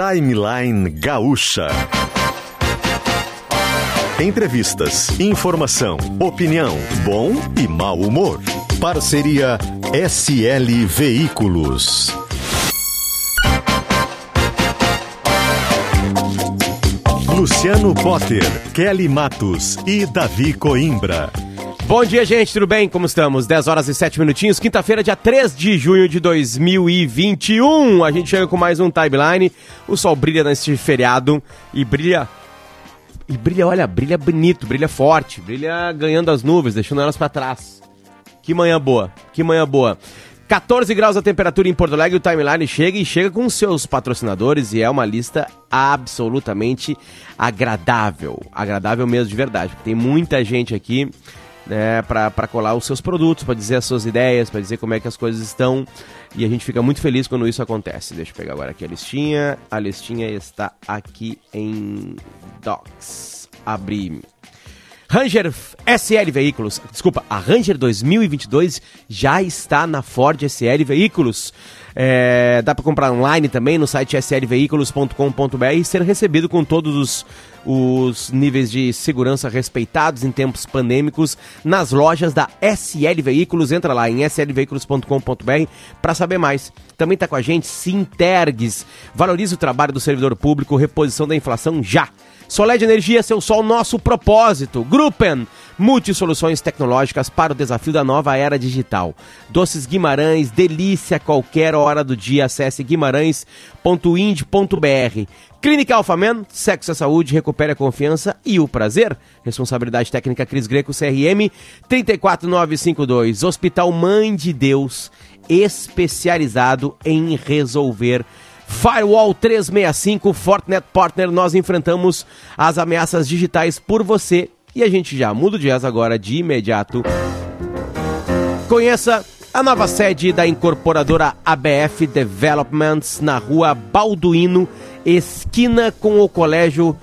Timeline Gaúcha. Entrevistas, informação, opinião, bom e mau humor. Parceria SL Veículos. Luciano Potter, Kelly Matos e Davi Coimbra. Bom dia, gente, tudo bem? Como estamos? 10 horas e 7 minutinhos, quinta-feira, dia 3 de junho de 2021. A gente chega com mais um Timeline. O sol brilha nesse feriado e brilha, olha, brilha bonito, brilha forte, brilha ganhando as nuvens, deixando elas pra trás. Que manhã boa, que manhã boa. 14 graus a temperatura em Porto Alegre, o Timeline chega com seus patrocinadores e é uma lista absolutamente agradável mesmo de verdade, porque tem muita gente aqui, né, para colar os seus produtos, para dizer as suas ideias, para dizer como é que as coisas estão, e a gente fica muito feliz quando isso acontece. Deixa eu pegar agora aqui a listinha está aqui em Docs, abrir. Ranger SL Veículos, desculpa, a Ranger 2022 já está na Ford SL Veículos. Dá para comprar online também no site slveículos.com.br e ser recebido com todos os níveis de segurança respeitados em tempos pandêmicos nas lojas da SL Veículos. Entra lá em slveículos.com.br para saber mais. Também está com a gente Sintergues. Valorize o trabalho do servidor público, reposição da inflação já. Soled Energia, seu sol, nosso propósito. Gruppen, multisoluções tecnológicas para o desafio da nova era digital. Doces Guimarães, delícia a qualquer hora do dia. Acesse guimarães.ind.br. Clínica Alphaman, sexo e saúde, recupere a confiança e o prazer. Responsabilidade técnica Cris Greco, CRM 34952. Hospital Mãe de Deus, especializado em resolver Firewall 365, Fortinet Partner. Nós enfrentamos as ameaças digitais por você. E a gente já muda o jazz agora de imediato. Conheça a nova sede da incorporadora ABF Developments na rua Balduino, esquina com o Colégio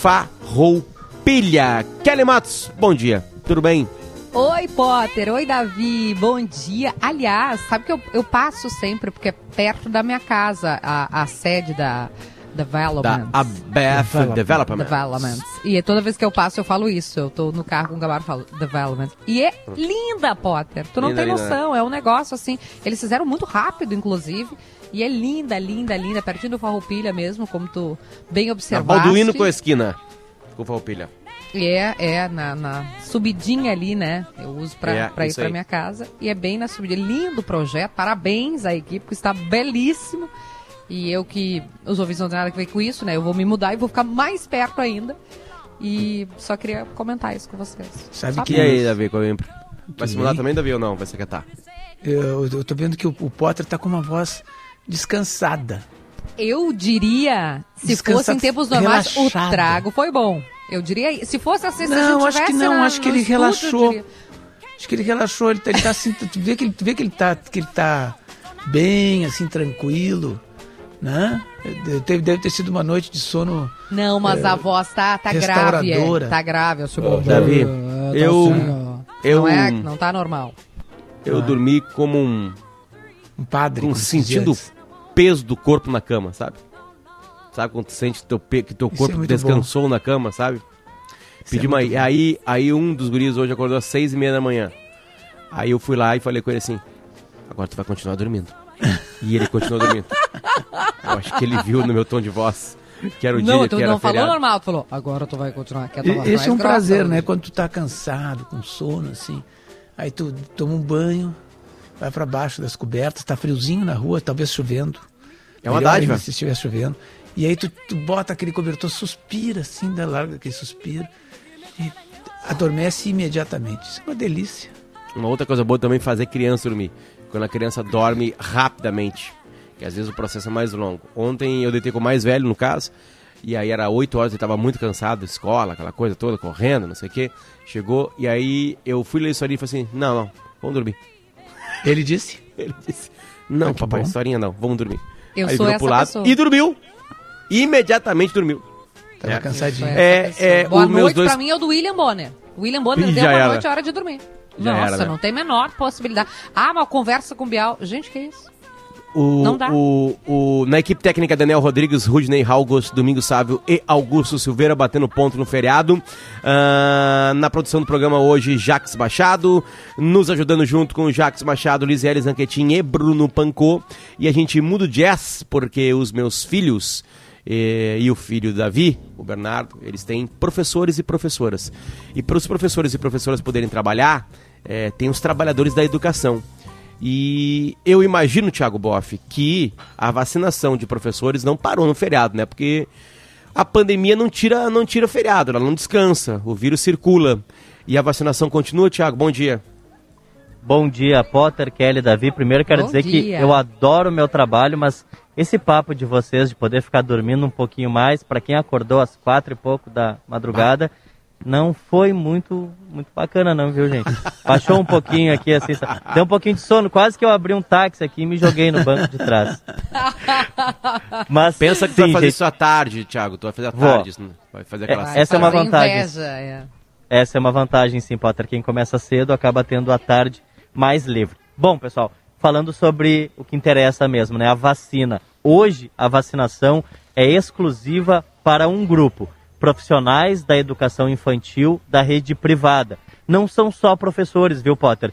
Farroupilha. Kelly Matos, bom dia, tudo bem? Oi, Potter. Oi, Davi. Bom dia. Aliás, sabe que eu passo sempre, porque é perto da minha casa, a sede da Developments. Da ABF Developments. E toda vez que eu passo, eu falo isso. Eu tô no carro com o Gabar e falo Developments. E é linda, Potter. Tu não tem noção. É um negócio assim. Eles fizeram muito rápido, inclusive. E é linda, pertinho do Farroupilha mesmo, como tu bem observaste. Balduino com a esquina, com o Farroupilha. Na subidinha ali, né? Eu uso pra ir pra minha casa. E é bem na subidinha. Lindo projeto. Parabéns à equipe, que está belíssimo. E eu que... Os ouvintes não tem nada a ver com isso, né? Eu vou me mudar e vou ficar mais perto ainda. E só queria comentar isso com vocês. Sabe que... E aí, Davi, vai se mudar também, Davi, ou não? Vai se acatar? Eu tô vendo que o Potter tá com uma voz descansada. Eu diria, se fosse em tempos normais, relaxada. O trago foi bom. Eu diria, se fosse assim, se não, a gente tivesse acho que ele relaxou. Acho que ele relaxou, ele tá assim, tu vê que ele tá bem, assim, tranquilo, né? Deve ter sido uma noite de sono. Não, mas a voz tá grave, tá grave. Davi, não tá normal. Eu dormi como um padre, sentindo o peso do corpo na cama, sabe? Sabe quando tu sente que teu corpo descansou bom na cama, sabe? Aí um dos guris hoje acordou às 6:30 da manhã. Aí eu fui lá e falei com ele assim: agora tu vai continuar dormindo. E ele continuou dormindo. Eu acho que ele viu no meu tom de voz que era o dia que era feriado. Não, tu não falou normal, tu falou: agora tu vai continuar. Esse é um prazer, né? Quando tu tá cansado, com sono, assim. Aí tu toma um banho, vai pra baixo das cobertas, tá friozinho na rua, talvez chovendo. É uma dádiva. Se estiver chovendo. E aí tu bota aquele cobertor, suspira assim, larga aquele suspiro e adormece imediatamente. Isso é uma delícia. Uma outra coisa boa também é fazer criança dormir. Quando a criança dorme rapidamente, que às vezes o processo é mais longo. Ontem eu deitei com o mais velho, no caso, e aí era 8 horas, ele estava muito cansado, escola, aquela coisa toda, correndo, não sei o quê. Chegou, e aí eu fui ler historinha e falei assim, não, vamos dormir. Ele disse? Ele disse, não, papai, historinha não, vamos dormir. Eu aí sou essa pessoa. E dormiu. Imediatamente dormiu. Tava cansadinho. Boa noite pra mim é o do William Bonner. O William Bonner deu boa noite, é hora de dormir. Nossa, não tem a menor possibilidade. Mas conversa com o Bial. Gente, que isso? Não dá. Na equipe técnica, Daniel Rodrigues, Rudney Halgos, Domingos Sávio e Augusto Silveira, batendo ponto no feriado. Na produção do programa hoje, Jax Machado, nos ajudando junto com o Jax Machado, Lisiele Zanquetin e Bruno Pancô. E a gente muda o jazz, porque os meus filhos e o filho Davi, o Bernardo, eles têm professores e professoras. E para os professores e professoras poderem trabalhar, tem os trabalhadores da educação. E eu imagino, Thiago Boff, que a vacinação de professores não parou no feriado, né? Porque a pandemia não tira feriado, ela não descansa, o vírus circula. E a vacinação continua, Thiago? Bom dia. Bom dia, Potter, Kelly, Davi. Primeiro quero dizer que eu adoro o meu trabalho, mas esse papo de vocês de poder ficar dormindo um pouquinho mais, para quem acordou às 4 e pouco da madrugada, não foi muito bacana não, viu, gente? Baixou um pouquinho aqui, assim, deu um pouquinho de sono, quase que eu abri um táxi aqui e me joguei no banco de trás. Mas pensa que tu vai fazer isso à tarde, Thiago, tu vai fazer à tarde, vai fazer aquela... Essa é uma vantagem. Inveja, Essa é uma vantagem, sim, Potter. Quem começa cedo acaba tendo a tarde mais livre. Bom, pessoal, falando sobre o que interessa mesmo, né? A vacina. Hoje, a vacinação é exclusiva para um grupo. Profissionais da educação infantil da rede privada. Não são só professores, viu, Potter?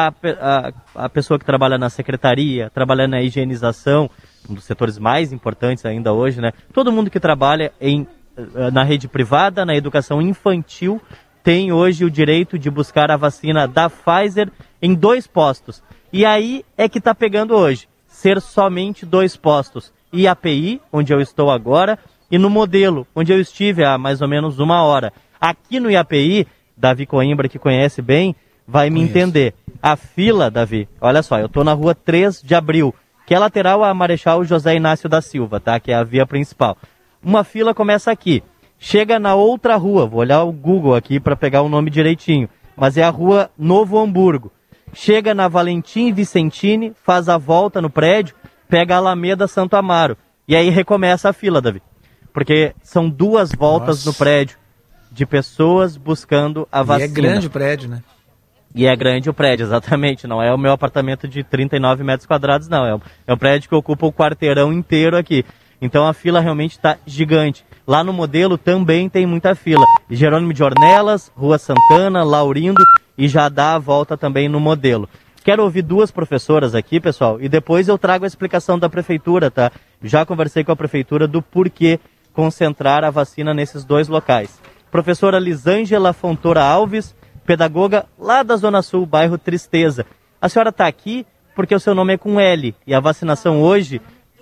A pessoa que trabalha na secretaria, trabalha na higienização, um dos setores mais importantes ainda hoje, né? Todo mundo que trabalha na rede privada, na educação infantil, tem hoje o direito de buscar a vacina da Pfizer em 2 postos. E aí é que está pegando hoje. Ser somente 2 postos. IAPI, onde eu estou agora, e no Modelo, onde eu estive há mais ou menos 1 hora. Aqui no IAPI, Davi Coimbra, que conhece bem, vai me entender. A fila, Davi, olha só, eu estou na rua 3 de Abril, que é lateral a Marechal José Inácio da Silva, tá? Que é a via principal. Uma fila começa aqui, chega na outra rua, vou olhar o Google aqui para pegar o nome direitinho, mas é a rua Novo Hamburgo. Chega na Valentim Vicentini, faz a volta no prédio, pega a Alameda Santo Amaro, e aí recomeça a fila, Davi. Porque são 2 voltas no prédio de pessoas buscando a vacina. E é grande o prédio, né? E é grande o prédio, exatamente. Não é o meu apartamento de 39 metros quadrados, não. É um prédio que ocupa o quarteirão inteiro aqui. Então a fila realmente está gigante. Lá no Modelo também tem muita fila. Jerônimo de Ornelas, Rua Santana, Laurindo, e já dá a volta também no Modelo. Quero ouvir 2 professoras aqui, pessoal, e depois eu trago a explicação da prefeitura, tá? Já conversei com a prefeitura do porquê concentrar a vacina nesses 2 locais. Professora Lisângela Fontoura Alves, pedagoga lá da Zona Sul, bairro Tristeza. A senhora está aqui porque o seu nome é com L, e a vacinação hoje...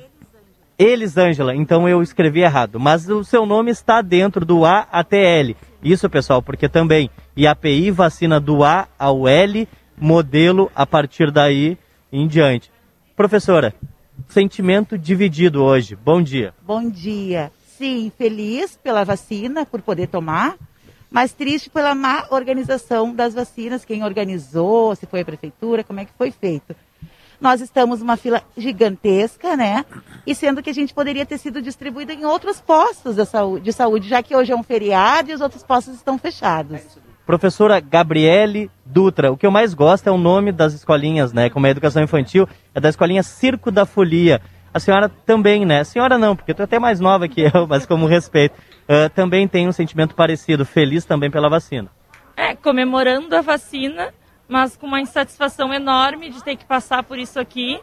Elisângela, então eu escrevi errado, mas o seu nome está dentro do A até L. Isso, pessoal, porque também IAPI vacina do A ao L, Modelo a partir daí em diante. Professora, sentimento dividido hoje. Bom dia. Bom dia. Sim, feliz pela vacina, por poder tomar, mas triste pela má organização das vacinas, quem organizou, se foi a prefeitura, como é que foi feito. Nós estamos numa fila gigantesca, né? E sendo que a gente poderia ter sido distribuído em outros postos de saúde, já que hoje é um feriado e os outros postos estão fechados. Professora Gabriele Dutra, o que eu mais gosto é o nome das escolinhas, né? Como é a educação infantil, é da escolinha Circo da Folia. A senhora também, né? A senhora não, porque tu é até mais nova que eu, mas como respeito. Também tem um sentimento parecido, feliz também pela vacina. Comemorando a vacina, mas com uma insatisfação enorme de ter que passar por isso aqui,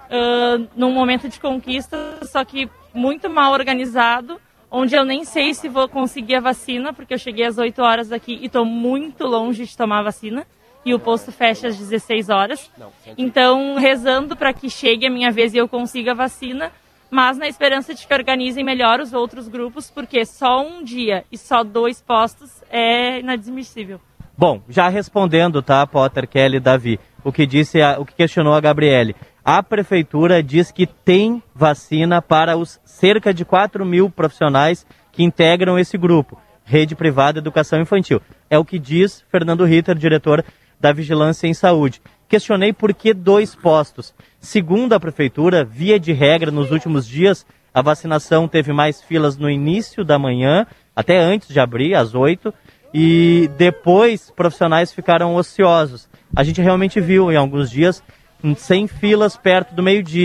num momento de conquista, só que muito mal organizado, onde eu nem sei se vou conseguir a vacina, porque eu cheguei às 8 horas daqui e estou muito longe de tomar a vacina, e o posto fecha às 16 horas. Então, rezando para que chegue a minha vez e eu consiga a vacina, mas na esperança de que organizem melhor os outros grupos, porque só um dia e só 2 postos é inadmissível. Bom, já respondendo, tá, Potter, Kelly, Davi, o que questionou a Gabriele. A prefeitura diz que tem vacina para os cerca de 4.000 profissionais que integram esse grupo, Rede Privada Educação Infantil. É o que diz Fernando Ritter, diretor da Vigilância em Saúde. Questionei por que 2 postos. Segundo a prefeitura, via de regra, nos últimos dias, a vacinação teve mais filas no início da manhã, até antes de abrir, às 8, e depois profissionais ficaram ociosos. A gente realmente viu em alguns dias 100 filas perto do meio-dia.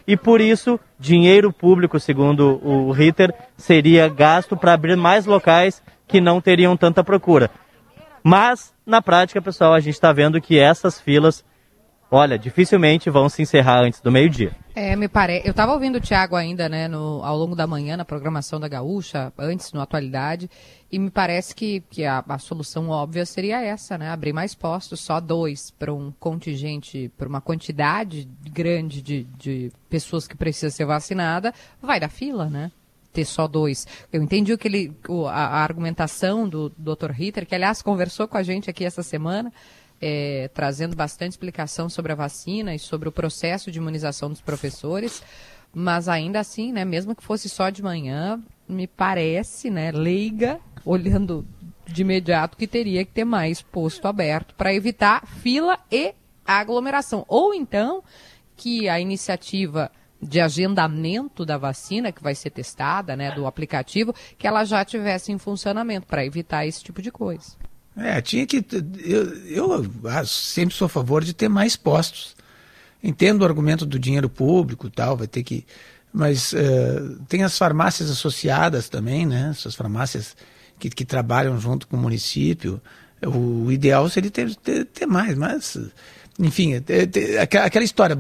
e por isso dinheiro público, segundo o Ritter, seria gasto para abrir mais locais que não teriam tanta procura. Mas, na prática, pessoal, a gente está vendo que essas filas, olha, dificilmente vão se encerrar antes do meio-dia. Me parece. Eu estava ouvindo o Thiago ainda, né, ao longo da manhã, na programação da Gaúcha, antes, no Atualidade, e me parece que a solução óbvia seria essa, né? Abrir mais postos, só 2 para um contingente, para uma quantidade grande de pessoas que precisa ser vacinada, vai dar fila, né? Ter só 2. Eu entendi a argumentação do Dr. Ritter, que aliás conversou com a gente aqui essa semana, trazendo bastante explicação sobre a vacina e sobre o processo de imunização dos professores, mas ainda assim, né, mesmo que fosse só de manhã, me parece, né, leiga, olhando de imediato, que teria que ter mais posto aberto para evitar fila e aglomeração. Ou então que a iniciativa de agendamento da vacina, que vai ser testada, né, do aplicativo, que ela já tivesse em funcionamento para evitar esse tipo de coisa. Tinha que... Eu sempre sou a favor de ter mais postos. Entendo o argumento do dinheiro público e tal, vai ter que... Mas tem as farmácias associadas também, né? Essas farmácias que trabalham junto com o município. O ideal seria ter mais, mas... Enfim, aquela história.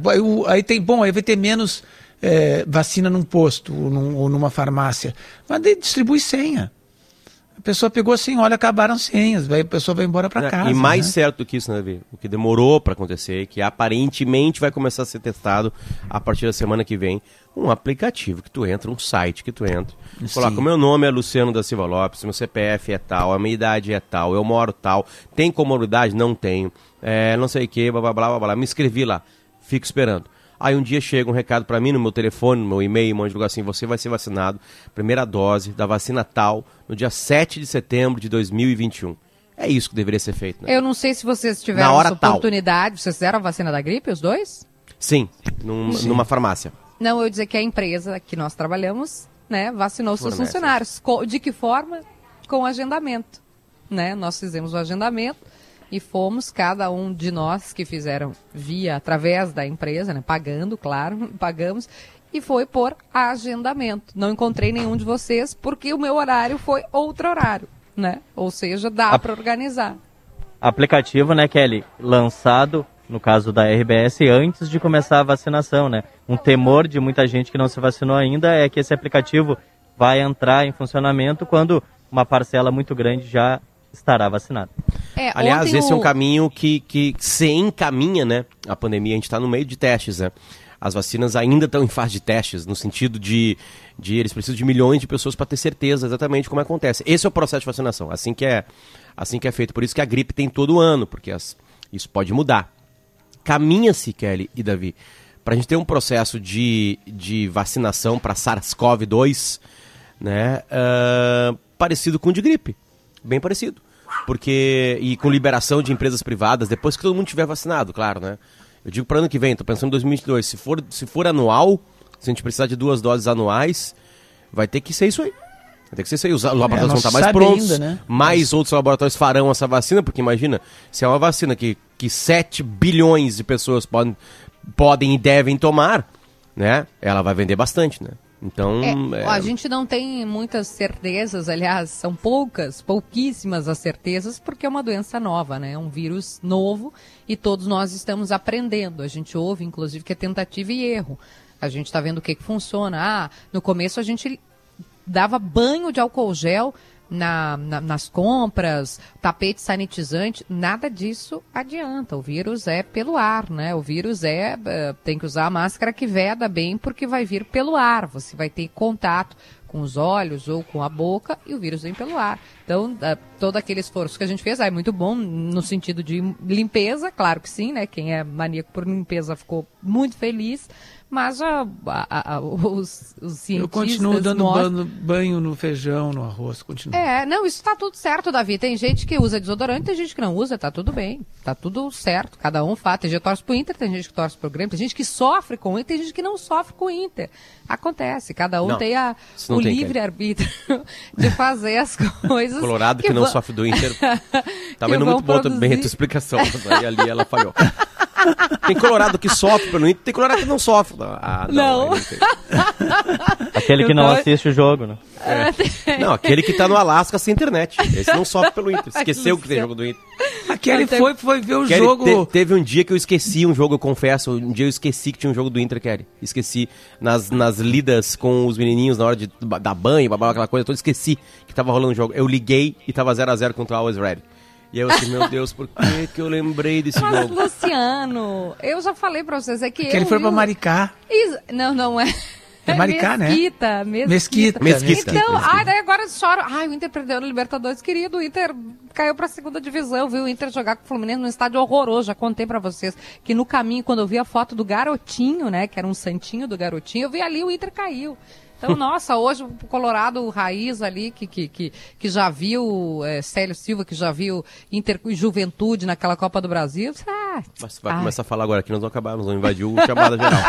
Aí vai ter menos vacina num posto ou numa farmácia. Mas distribui senha. A pessoa pegou a senha, olha, acabaram as senhas, a pessoa vai embora para casa. E mais certo do que isso, né, Davi? O que demorou para acontecer, que aparentemente vai começar a ser testado a partir da semana que vem, um aplicativo que tu entra, um site que tu entra, coloca, o meu nome é Luciano da Silva Lopes, meu CPF é tal, a minha idade é tal, eu moro tal, tem comorbidade? Não tenho, não sei o que, blá, blá, blá, blá, me inscrevi lá, fico esperando. Aí um dia chega um recado para mim no meu telefone, no meu e-mail, um monte de lugar assim, você vai ser vacinado, primeira dose da vacina tal, no dia 7 de setembro de 2021. É isso que deveria ser feito, né? Eu não sei se vocês tiveram essa oportunidade, vocês fizeram a vacina da gripe, os dois? Sim, numa farmácia. Não, eu ia dizer que a empresa que nós trabalhamos, né, vacinou seus funcionários. De que forma? Com agendamento, né? Nós fizemos o agendamento e fomos, cada um de nós que fizeram através da empresa, né, pagando, claro, pagamos, e foi por agendamento. Não encontrei nenhum de vocês porque o meu horário foi outro horário, né? Ou seja, dá para organizar. Aplicativo, né, Kelly, lançado, no caso da RBS, antes de começar a vacinação, né? Um temor de muita gente que não se vacinou ainda é que esse aplicativo vai entrar em funcionamento quando uma parcela muito grande já estará vacinada. Aliás, esse é um caminho que se encaminha, né? A pandemia, a gente está no meio de testes, né? As vacinas ainda estão em fase de testes, no sentido de eles precisam de milhões de pessoas para ter certeza exatamente como acontece. Esse é o processo de vacinação, assim que é feito. Por isso que a gripe tem todo ano, porque isso pode mudar. Caminha-se, Kelly e Davi, para a gente ter um processo de vacinação para SARS-CoV-2, né, parecido com o de gripe, bem parecido. E com liberação de empresas privadas, depois que todo mundo tiver vacinado, claro, né? Eu digo para ano que vem, estou pensando em 2022, se for anual, se a gente precisar de 2 doses anuais, vai ter que ser isso aí. Vai ter que ser isso aí. Os laboratórios vão estar mais prontos, ainda, né? Mais outros laboratórios farão essa vacina, porque imagina, se é uma vacina que 7 bilhões de pessoas podem e devem tomar, né? Ela vai vender bastante, né? Então, a gente não tem muitas certezas, aliás, são pouquíssimas as certezas, porque é uma doença nova, né? É um vírus novo e todos nós estamos aprendendo. A gente ouve, inclusive, que é tentativa e erro. A gente está vendo o que funciona. No começo a gente dava banho de álcool gel nas compras, tapete sanitizante, nada disso adianta. O vírus é pelo ar, né? O vírus tem que usar a máscara que veda bem, porque vai vir pelo ar. Você vai ter contato com os olhos ou com a boca e o vírus vem pelo ar. Então, todo aquele esforço que a gente fez é muito bom no sentido de limpeza, claro que sim, né? Quem é maníaco por limpeza ficou muito feliz, mas os cientistas... Eu continuo dando banho no feijão, no arroz, continuo. Não, isso tá tudo certo, Davi. Tem gente que usa desodorante, tem gente que não usa, tá tudo bem. Tá tudo certo, cada um faz. Tem gente que torce pro Inter, tem gente que torce pro Grêmio, tem gente que sofre com o Inter, tem gente que não sofre com o Inter. Acontece, cada um tem o livre-arbítrio de fazer as coisas. Colorado que não sofre do Inter. Tava indo muito bom também a tua explicação, mas aí ali ela falhou. Tem colorado que sofre pelo Inter, tem colorado que não sofre. Não. Aquele que não assiste o jogo, né? Não, aquele que tá no Alasca sem internet. Esse não sofre pelo Inter. Esqueceu que tem jogo do Inter. Aquele foi ver o jogo. Teve um dia que eu esqueci um jogo, eu confesso. Um dia eu esqueci que tinha um jogo do Inter, Kelly. Esqueci nas lidas com os menininhos na hora de dar banho, aquela coisa toda. Esqueci que tava rolando um jogo. Eu liguei e tava 0x0 contra o Always Ready. E eu assim, meu Deus, por que eu lembrei desse Mas, jogo? Luciano, eu já falei pra vocês, é que ele foi pra Maricá. Não é. É Maricá, Mesquita, né? Mesquita. Então, daí agora choro. O Inter perdeu no Libertadores, querido. O Inter caiu pra segunda divisão, viu? O Inter jogar com o Fluminense num estádio horroroso. Já contei pra vocês que no caminho, quando eu vi a foto do Garotinho, né? Que era um santinho do Garotinho, eu vi ali o Inter caiu. Então, nossa, hoje o Colorado Raiz ali, que já viu Célio Silva, que já viu Inter e Juventude naquela Copa do Brasil. Mas vai começar a falar agora aqui, nós vamos acabar, nós vamos invadir o chamada geral.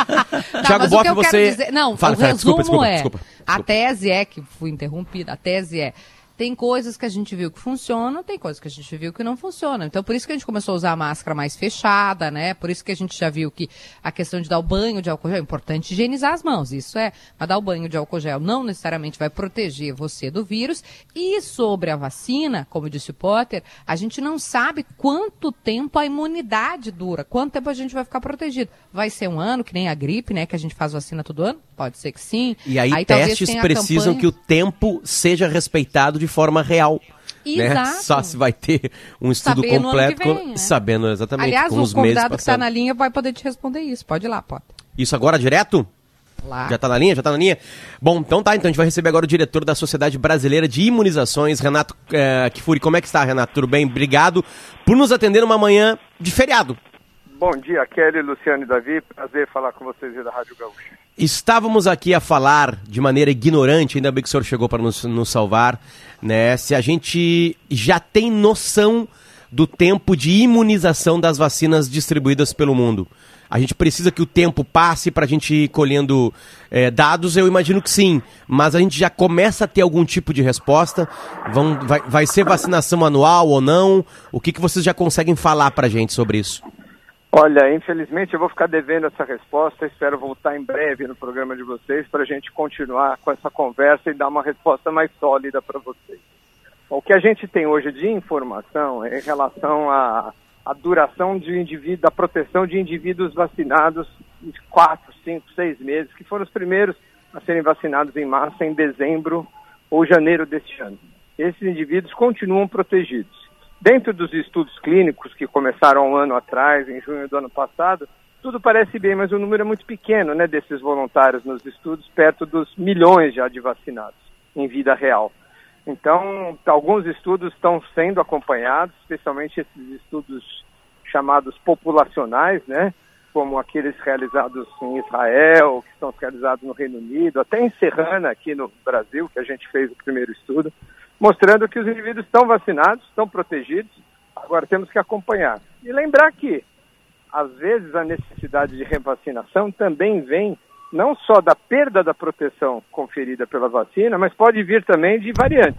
Thiago Boff, você... Dizer... Não, fala, o resumo desculpa. A tese é, que fui interrompida, a tese é, tem coisas que a gente viu que funcionam, tem coisas que a gente viu que não funcionam. Então, por isso que a gente começou a usar a máscara mais fechada, né? Por isso que a gente já viu que a questão de dar o banho de álcool gel é importante higienizar as mãos, isso é. Mas dar o banho de álcool gel não necessariamente vai proteger você do vírus. E sobre a vacina, como disse o Potter, a gente não sabe quanto tempo a imunidade dura, quanto tempo a gente vai ficar protegido. Vai ser um ano, que nem a gripe, né? Que a gente faz vacina todo ano? Pode ser que sim. E aí testes precisam que o tempo seja respeitado de forma real. Exato. Né? Só se vai ter um estudo completo, sabendo exatamente. Aliás, com os o convidado meses que está na linha vai poder te responder isso. Pode ir lá, Potter. Isso agora direto? Lá. Já tá na linha? Bom, então a gente vai receber agora o diretor da Sociedade Brasileira de Imunizações, Renato Kifuri. Como é que está, Renato? Tudo bem? Obrigado por nos atender numa manhã de feriado. Bom dia, Kelly, Luciano e Davi. Prazer falar com vocês aí da Rádio Gaúcha. Estávamos aqui a falar de maneira ignorante, ainda bem que o senhor chegou para nos salvar, né? Se a gente já tem noção do tempo de imunização das vacinas distribuídas pelo mundo. A gente precisa que o tempo passe para a gente ir colhendo dados, eu imagino que sim, mas a gente já começa a ter algum tipo de resposta. Vai ser vacinação anual ou não? O que vocês já conseguem falar para a gente sobre isso? Olha, infelizmente eu vou ficar devendo essa resposta, espero voltar em breve no programa de vocês para a gente continuar com essa conversa e dar uma resposta mais sólida para vocês. O que a gente tem hoje de informação é em relação à duração de indivíduo, da proteção de indivíduos vacinados de 4, 5, 6 meses, que foram os primeiros a serem vacinados em massa em dezembro ou janeiro deste ano. Esses indivíduos continuam protegidos. Dentro dos estudos clínicos que começaram um ano atrás, em junho do ano passado, tudo parece bem, mas o número é muito pequeno, né, desses voluntários nos estudos, perto dos milhões já de vacinados em vida real. Então, alguns estudos estão sendo acompanhados, especialmente esses estudos chamados populacionais, né, como aqueles realizados em Israel, que estão realizados no Reino Unido, até em Serrana, aqui no Brasil, que a gente fez o primeiro estudo, mostrando que os indivíduos estão vacinados, estão protegidos, agora temos que acompanhar. E lembrar que, às vezes, a necessidade de revacinação também vem não só da perda da proteção conferida pela vacina, mas pode vir também de variantes.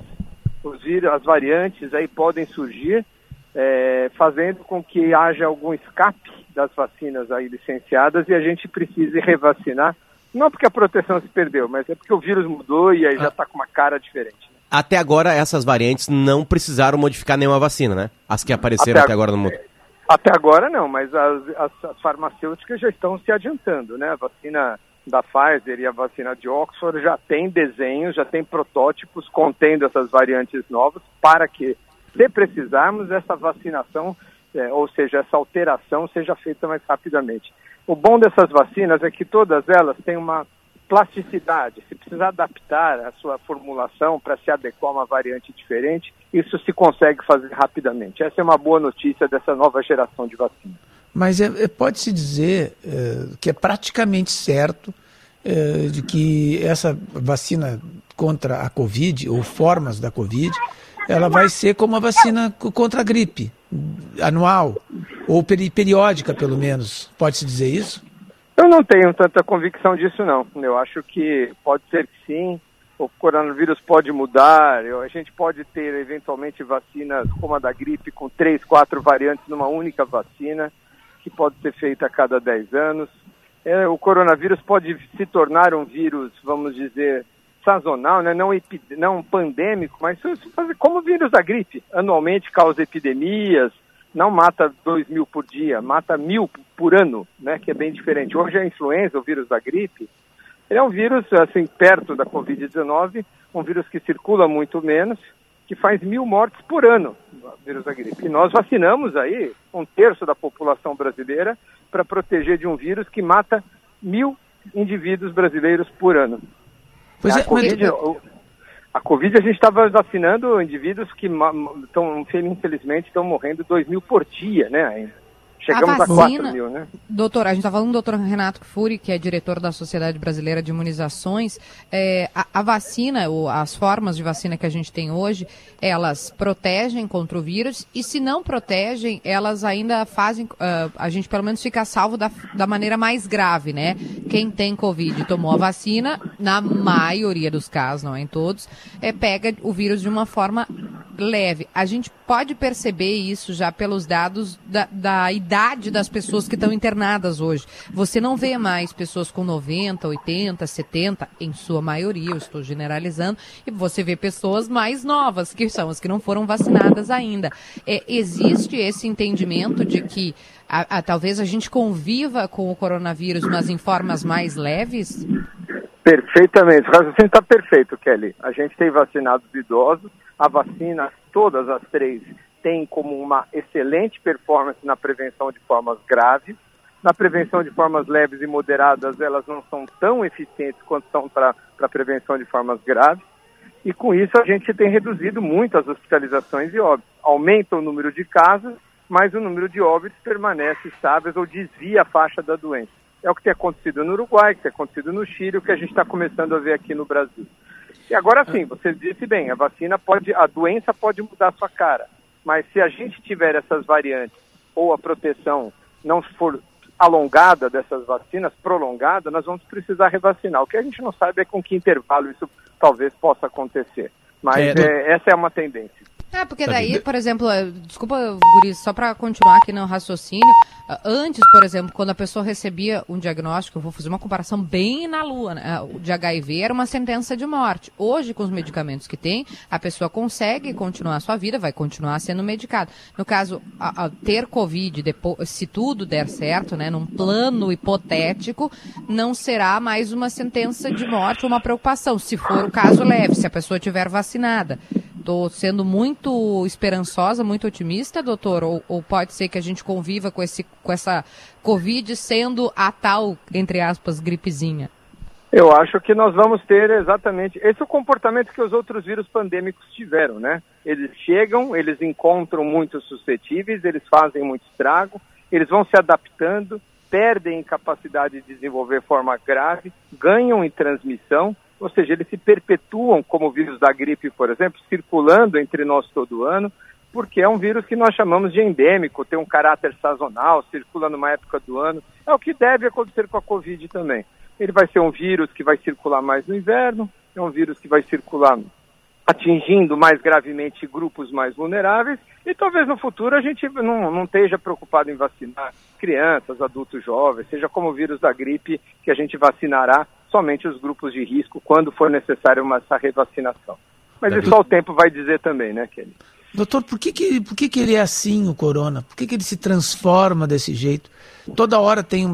As variantes aí podem surgir, fazendo com que haja algum escape das vacinas aí licenciadas e a gente precise revacinar, não porque a proteção se perdeu, mas é porque o vírus mudou e aí já está com uma cara diferente. Até agora, essas variantes não precisaram modificar nenhuma vacina, né? As que apareceram até agora no mundo. Até agora não, mas as farmacêuticas já estão se adiantando, né? A vacina da Pfizer e a vacina de Oxford já tem desenhos, já tem protótipos contendo essas variantes novas para que, se precisarmos, essa vacinação, ou seja, essa alteração seja feita mais rapidamente. O bom dessas vacinas é que todas elas têm uma plasticidade. Se precisar adaptar a sua formulação para se adequar a uma variante diferente, isso se consegue fazer rapidamente. Essa é uma boa notícia dessa nova geração de vacina. Mas pode-se dizer que é praticamente certo de que essa vacina contra a Covid, ou formas da Covid, ela vai ser como a vacina contra a gripe, anual, ou periódica, pelo menos. Pode-se dizer isso? Eu não tenho tanta convicção disso, não. Eu acho que pode ser que sim, o coronavírus pode mudar, a gente pode ter, eventualmente, vacinas como a da gripe, com 3, 4 variantes numa única vacina, que pode ser feita a cada 10 anos. O coronavírus pode se tornar um vírus, vamos dizer, sazonal, né? Não pandêmico, mas como o vírus da gripe. Anualmente causa epidemias, não mata 2.000 por dia, mata 1.000 por ano, né? Que é bem diferente. Hoje a influenza, o vírus da gripe, ele é um vírus, assim, perto da Covid-19, um vírus que circula muito menos, que faz 1.000 mortes por ano, o vírus da gripe. E nós vacinamos aí 1/3 da população brasileira para proteger de um vírus que mata 1.000 indivíduos brasileiros por ano. Pois a Covid a gente estava vacinando indivíduos que infelizmente estão morrendo 2.000 por dia, né, ainda. Chegamos a 4.000, né? Doutor, a gente está falando do doutor Renato Kfouri, que é diretor da Sociedade Brasileira de Imunizações. A vacina, as formas de vacina que a gente tem hoje, elas protegem contra o vírus e se não protegem, elas ainda fazem, a gente pelo menos fica salvo da maneira mais grave, né? Quem tem Covid e tomou a vacina, na maioria dos casos, não é em todos, pega o vírus de uma forma leve. A gente pode perceber isso já pelos dados da idade das pessoas que estão internadas hoje. Você não vê mais pessoas com 90, 80, 70, em sua maioria, eu estou generalizando, e você vê pessoas mais novas, que são as que não foram vacinadas ainda. Existe esse entendimento de que talvez a gente conviva com o coronavírus, mas em formas mais leves? Perfeitamente. O raciocínio está perfeito, Kelly. A gente tem vacinado os idosos, a vacina, todas as 3, tem como uma excelente performance na prevenção de formas graves. Na prevenção de formas leves e moderadas, elas não são tão eficientes quanto são para a prevenção de formas graves. E com isso a gente tem reduzido muito as hospitalizações e óbitos. Aumenta o número de casos, mas o número de óbitos permanece estável ou desvia a faixa da doença. É o que tem acontecido no Uruguai, o que tem acontecido no Chile, o que a gente está começando a ver aqui no Brasil. E agora sim, você disse bem, a doença pode mudar a sua cara, mas se a gente tiver essas variantes ou a proteção não for alongada dessas vacinas, prolongada, nós vamos precisar revacinar. O que a gente não sabe é com que intervalo isso talvez possa acontecer, mas essa é uma tendência. Porque daí, por exemplo, desculpa, Guri, só para continuar aqui no raciocínio, antes, por exemplo, quando a pessoa recebia um diagnóstico, eu vou fazer uma comparação bem na lua, né? O de HIV era uma sentença de morte. Hoje, com os medicamentos que tem, a pessoa consegue continuar a sua vida, vai continuar sendo medicada. No caso, ter Covid, depois, se tudo der certo, né, num plano hipotético, não será mais uma sentença de morte ou uma preocupação, se for o caso leve, se a pessoa estiver vacinada. Estou sendo muito esperançosa, muito otimista, doutor? Ou pode ser que a gente conviva com essa Covid sendo a tal, entre aspas, gripezinha? Eu acho que nós vamos ter exatamente esse é o comportamento que os outros vírus pandêmicos tiveram, né? Eles chegam, eles encontram muitos suscetíveis, eles fazem muito estrago, eles vão se adaptando, perdem capacidade de desenvolver forma grave, ganham em transmissão, ou seja, eles se perpetuam como o vírus da gripe, por exemplo, circulando entre nós todo ano, porque é um vírus que nós chamamos de endêmico, tem um caráter sazonal, circula numa época do ano. É o que deve acontecer com a Covid também. Ele vai ser um vírus que vai circular mais no inverno, é um vírus que vai circular atingindo mais gravemente grupos mais vulneráveis, e talvez no futuro a gente não esteja preocupado em vacinar crianças, adultos jovens, seja como o vírus da gripe, que a gente vacinará somente os grupos de risco quando for necessário essa revacinação. Mas isso só o tempo vai dizer também, né, Kelly? Doutor, por que ele é assim, o corona? Por que ele se transforma desse jeito? Toda hora tem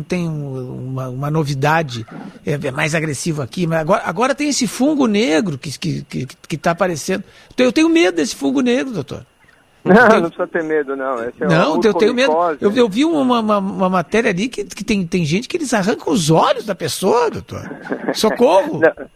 uma novidade, é mais agressivo aqui, mas agora tem esse fungo negro que está aparecendo. Eu tenho medo desse fungo negro, doutor. Não precisa ter medo, não. Eu tenho medo. Eu vi uma matéria ali que tem gente que eles arrancam os olhos da pessoa, doutor. Socorro!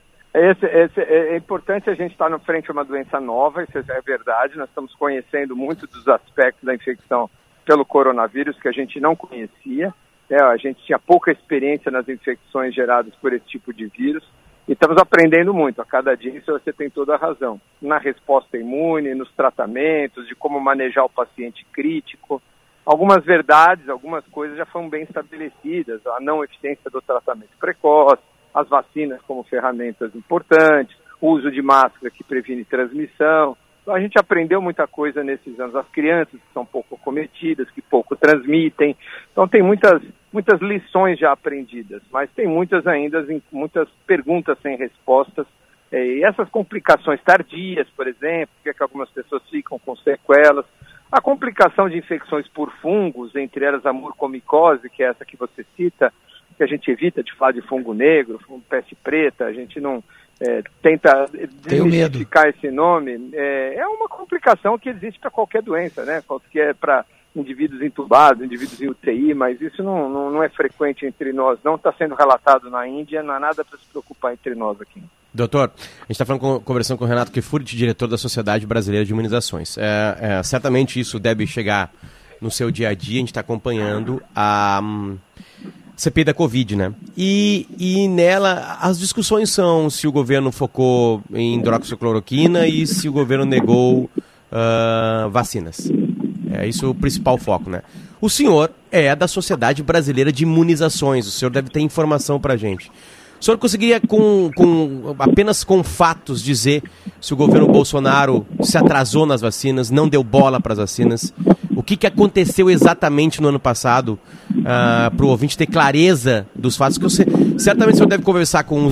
É importante a gente estar na frente de uma doença nova, isso é verdade. Nós estamos conhecendo muito dos aspectos da infecção pelo coronavírus que a gente não conhecia. A gente tinha pouca experiência nas infecções geradas por esse tipo de vírus. E estamos aprendendo muito, a cada dia, isso você tem toda a razão. Na resposta imune, nos tratamentos, de como manejar o paciente crítico. Algumas verdades, algumas coisas já foram bem estabelecidas. A não eficiência do tratamento precoce, as vacinas como ferramentas importantes, o uso de máscara que previne transmissão. A gente aprendeu muita coisa nesses anos. As crianças que são pouco acometidas, que pouco transmitem. Então tem muitas lições já aprendidas, mas tem muitas perguntas sem respostas. E essas complicações tardias, por exemplo, que algumas pessoas ficam com sequelas. A complicação de infecções por fungos, entre elas a mucormicose, que é essa que você cita, que a gente evita de falar de fungo negro, fungo peste preta, a gente não tenta desmistificar esse nome. É uma complicação que existe para qualquer doença, né? Qualquer para indivíduos entubados, indivíduos em UTI, mas isso não é frequente entre nós, não está sendo relatado na Índia, não há nada para se preocupar entre nós aqui. Doutor, a gente está conversando com o Renato Kfouri, diretor da Sociedade Brasileira de Imunizações. Certamente isso deve chegar no seu dia a dia, a gente está acompanhando a CPI da Covid, né? E nela as discussões são se o governo focou em hidroxicloroquina e se o governo negou vacinas. É isso o principal foco, né? O senhor é da Sociedade Brasileira de Imunizações, o senhor deve ter informação pra gente. O senhor conseguiria, apenas com fatos, dizer se o governo Bolsonaro se atrasou nas vacinas, não deu bola para as vacinas? O que aconteceu exatamente no ano passado, para o ouvinte ter clareza dos fatos? Que certamente o senhor deve conversar com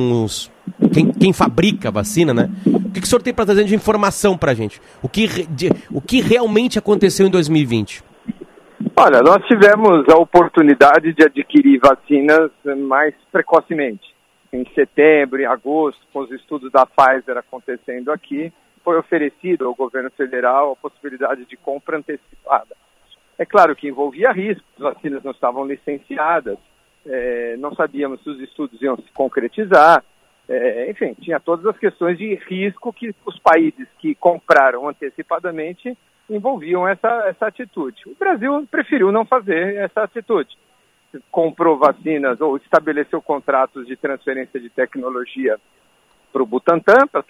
quem fabrica a vacina, né? O que o senhor tem para trazer de informação para a gente? O que realmente aconteceu em 2020? Olha, nós tivemos a oportunidade de adquirir vacinas mais precocemente. Em setembro, em agosto, com os estudos da Pfizer acontecendo aqui, foi oferecido ao governo federal a possibilidade de compra antecipada. É claro que envolvia riscos, as vacinas não estavam licenciadas, não sabíamos se os estudos iam se concretizar, enfim, tinha todas as questões de risco que os países que compraram antecipadamente envolviam essa atitude. O Brasil preferiu não fazer essa atitude. Comprou vacinas ou estabeleceu contratos de transferência de tecnologia para o Butantan, para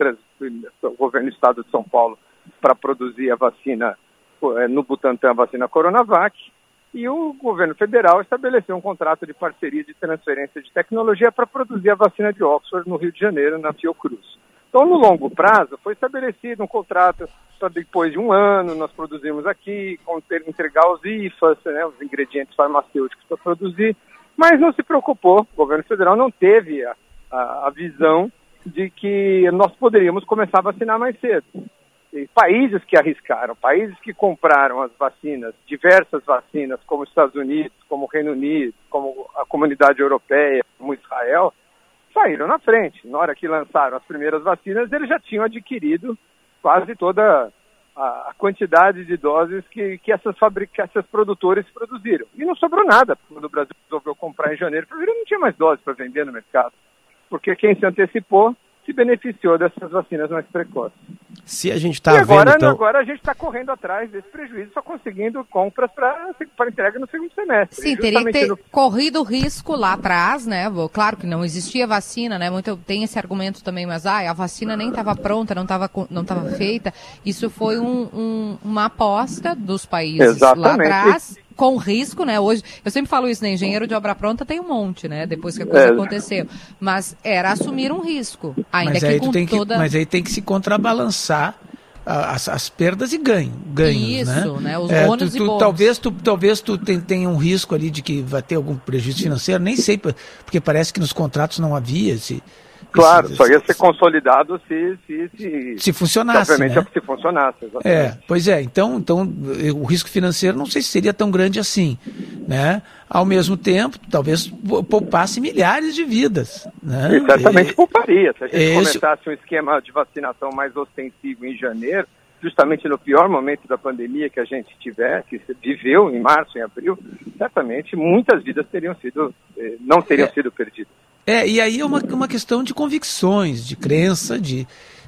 o governo do estado de São Paulo, para produzir a vacina, no Butantan, a vacina Coronavac, e o governo federal estabeleceu um contrato de parceria de transferência de tecnologia para produzir a vacina de Oxford no Rio de Janeiro, na Fiocruz. Então, no longo prazo, foi estabelecido um contrato para depois de um ano nós produzimos aqui, entregar os IFAs, né, os ingredientes farmacêuticos para produzir, mas não se preocupou, o governo federal não teve a visão de que nós poderíamos começar a vacinar mais cedo. E países que arriscaram, países que compraram as vacinas, diversas vacinas, como os Estados Unidos, como o Reino Unido, como a Comunidade Europeia, como Israel, saíram na frente. Na hora que lançaram as primeiras vacinas, eles já tinham adquirido quase toda a quantidade de doses que esses produtores produziram. E não sobrou nada. Quando o Brasil resolveu comprar em janeiro, fevereiro, não tinha mais doses para vender no mercado. Porque quem se antecipou se beneficiou dessas vacinas mais precoces. Se a gente está vendo, então... agora a gente está correndo atrás desse prejuízo, só conseguindo compras para entrega no segundo semestre. Sim, teria que ter corrido o risco lá atrás, né? Claro que não existia vacina, né? Tem esse argumento também, mas a vacina nem estava pronta, não estava feita. Isso foi uma aposta dos países lá atrás, com risco, né? Hoje, eu sempre falo isso, né? Engenheiro de obra pronta tem um monte, né? Depois que a coisa aconteceu. Mas era assumir um risco. Ainda mas que aí com toda... Mas aí tem que se contrabalançar as perdas e ganhos, isso, né? Os ônus e bônus. Talvez tu tenha um risco ali de que vai ter algum prejuízo financeiro, nem sei, porque parece que nos contratos não havia Claro, só ia ser consolidado se funcionasse, obviamente, né? Se funcionasse, exatamente. Pois é, então o risco financeiro não sei se seria tão grande assim, né? Ao mesmo tempo, talvez poupasse milhares de vidas, né? E certamente pouparia, se a gente começasse um esquema de vacinação mais ostensivo em janeiro, justamente no pior momento da pandemia que a gente que se viveu em março, em abril, certamente muitas vidas não teriam sido perdidas. E aí é uma questão de convicções, de crença, de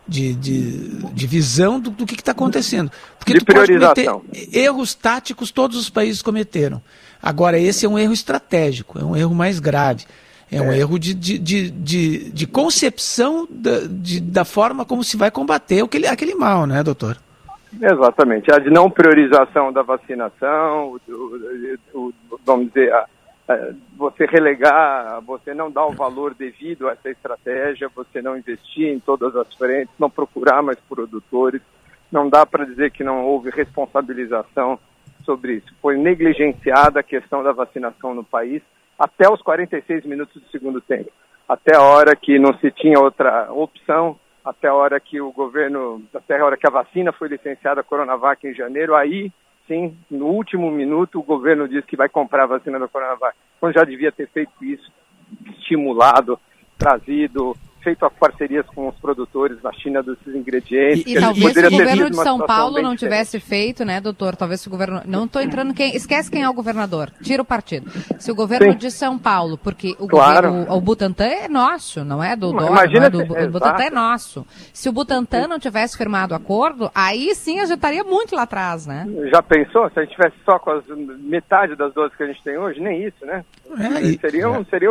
visão do que está acontecendo. Porque de priorização. Pode cometer erros táticos, todos os países cometeram. Agora, esse é um erro estratégico, é um erro mais grave. É um erro de concepção da forma como se vai combater aquele mal, né, doutor? Exatamente. A de não priorização da vacinação, vamos dizer, você relegar, você não dar o valor devido a essa estratégia, você não investir em todas as frentes, não procurar mais produtores, não dá para dizer que não houve responsabilização sobre isso. Foi negligenciada a questão da vacinação no país até os 46 minutos do segundo tempo, até a hora que não se tinha outra opção, até a hora que até a hora que a vacina foi licenciada, a Coronavac, em janeiro. Aí sim, no último minuto, o governo disse que vai comprar a vacina da Coronavac, quando já devia ter feito isso, estimulado, trazido, feito parcerias com os produtores na China desses ingredientes. E talvez se o governo de São Paulo não tivesse feito, né, doutor? Talvez se o governo... Não estou entrando... Esquece quem é o governador. Tira o partido. Se o governo de São Paulo, porque o Butantan é nosso, não é do Dória, Imagina não é do Butantan é nosso. Se o Butantan não tivesse firmado o acordo, aí sim a gente estaria muito lá atrás, né? Já pensou? Se a gente tivesse só com metade das doses que a gente tem hoje, nem isso, né? Seria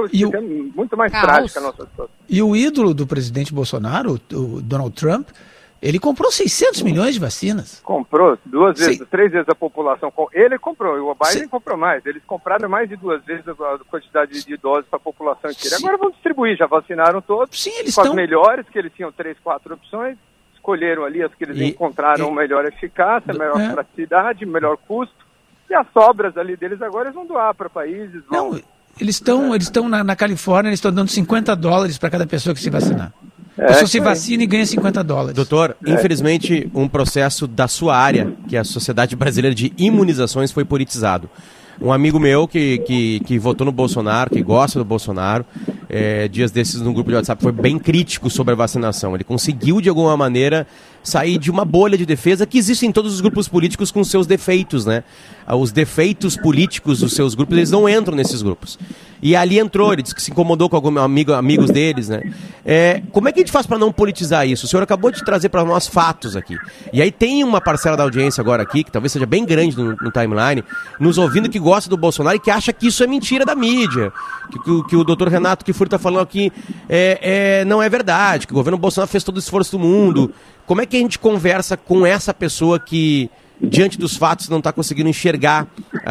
muito mais trágica a nossa situação. E o ídolo do presidente Bolsonaro, o Donald Trump, ele comprou 600 milhões de vacinas. Comprou 2 vezes, 3 vezes a população. Ele comprou, e o Biden comprou mais. Eles compraram mais de 2 vezes a quantidade de doses para a população inteira. Agora vão distribuir, já vacinaram todos. Sim, eles com as melhores, que eles tinham 3, 4 opções. Escolheram ali as que eles encontraram melhor eficácia, melhor praticidade, melhor custo. E as sobras ali deles agora eles vão doar para países. Eles estão na Califórnia, eles estão dando $50 para cada pessoa que se vacinar. A pessoa se vacina e ganha $50. Doutor, infelizmente um processo da sua área, que é a Sociedade Brasileira de Imunizações, foi politizado. Um amigo meu que votou no Bolsonaro, que gosta do Bolsonaro, dias desses no grupo de WhatsApp, foi bem crítico sobre a vacinação. Ele conseguiu, de alguma maneira, sair de uma bolha de defesa que existe em todos os grupos políticos com seus defeitos, né? Os defeitos políticos dos seus grupos, eles não entram nesses grupos. E ali entrou, ele disse que se incomodou com alguns amigos deles, né? Como é que a gente faz para não politizar isso? O senhor acabou de trazer para nós fatos aqui. E aí tem uma parcela da audiência agora aqui, que talvez seja bem grande no timeline, nos ouvindo, que gosta do Bolsonaro e que acha que isso é mentira da mídia. Que o doutor Renato Kifuri está falando aqui não é verdade, que o governo Bolsonaro fez todo o esforço do mundo. Como é que a gente conversa com essa pessoa que, diante dos fatos, não está conseguindo enxergar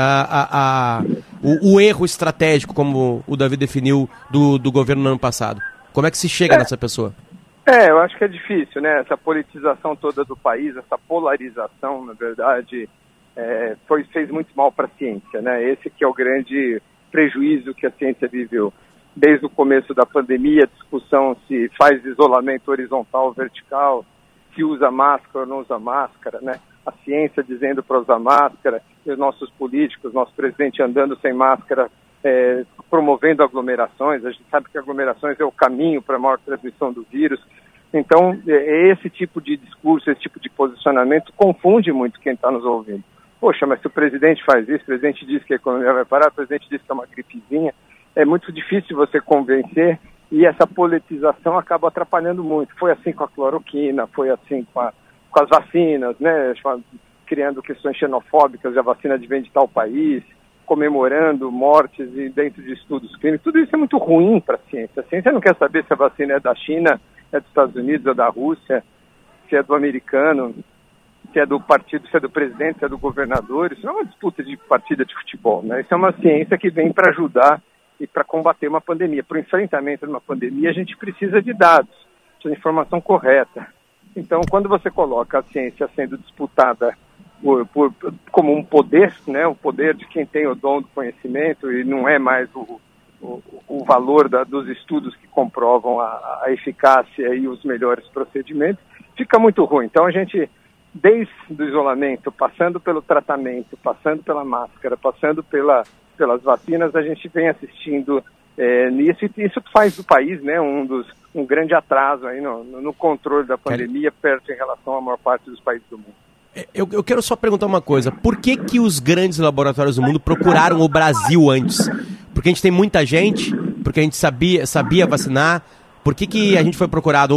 o erro estratégico, como o Davi definiu, do governo no ano passado? Como é que se chega nessa pessoa? Eu acho que é difícil, né? Essa politização toda do país, essa polarização, na verdade, fez muito mal para a ciência, né? Esse que é o grande prejuízo que a ciência viveu. Desde o começo da pandemia, a discussão se faz isolamento horizontal ou vertical, se usa máscara ou não usa máscara, né? A ciência dizendo para usar máscara, e os nossos políticos, nosso presidente andando sem máscara, promovendo aglomerações. A gente sabe que aglomerações é o caminho para a maior transmissão do vírus. Então, esse tipo de discurso, esse tipo de posicionamento confunde muito quem está nos ouvindo. Poxa, mas se o presidente faz isso, o presidente diz que a economia vai parar, o presidente diz que é uma gripezinha, é muito difícil você convencer. E essa politização acaba atrapalhando muito. Foi assim com a cloroquina, foi assim com as vacinas, né? Criando questões xenofóbicas, a vacina vem de tal país, comemorando mortes e dentro de estudos clínicos. Tudo isso é muito ruim para a ciência. A ciência não quer saber se a vacina é da China, é dos Estados Unidos, é da Rússia, se é do americano, se é do partido, se é do presidente, se é do governador. Isso não é uma disputa de partida de futebol, né? Isso é uma ciência que vem para ajudar e para combater uma pandemia. Para o enfrentamento de uma pandemia, a gente precisa de dados, de informação correta. Então, quando você coloca a ciência sendo disputada como um poder, né, o poder de quem tem o dom do conhecimento, e não é mais o valor dos estudos que comprovam a eficácia e os melhores procedimentos, fica muito ruim. Então, a gente, desde o isolamento, passando pelo tratamento, passando pela máscara, passando pelas vacinas, a gente vem assistindo nisso, e isso faz do país, né, um grande atraso aí no controle da pandemia, perto em relação à maior parte dos países do mundo. Eu quero só perguntar uma coisa, por que os grandes laboratórios do mundo procuraram o Brasil antes? Porque a gente tem muita gente, porque a gente sabia vacinar, por que a gente foi procurado? Ou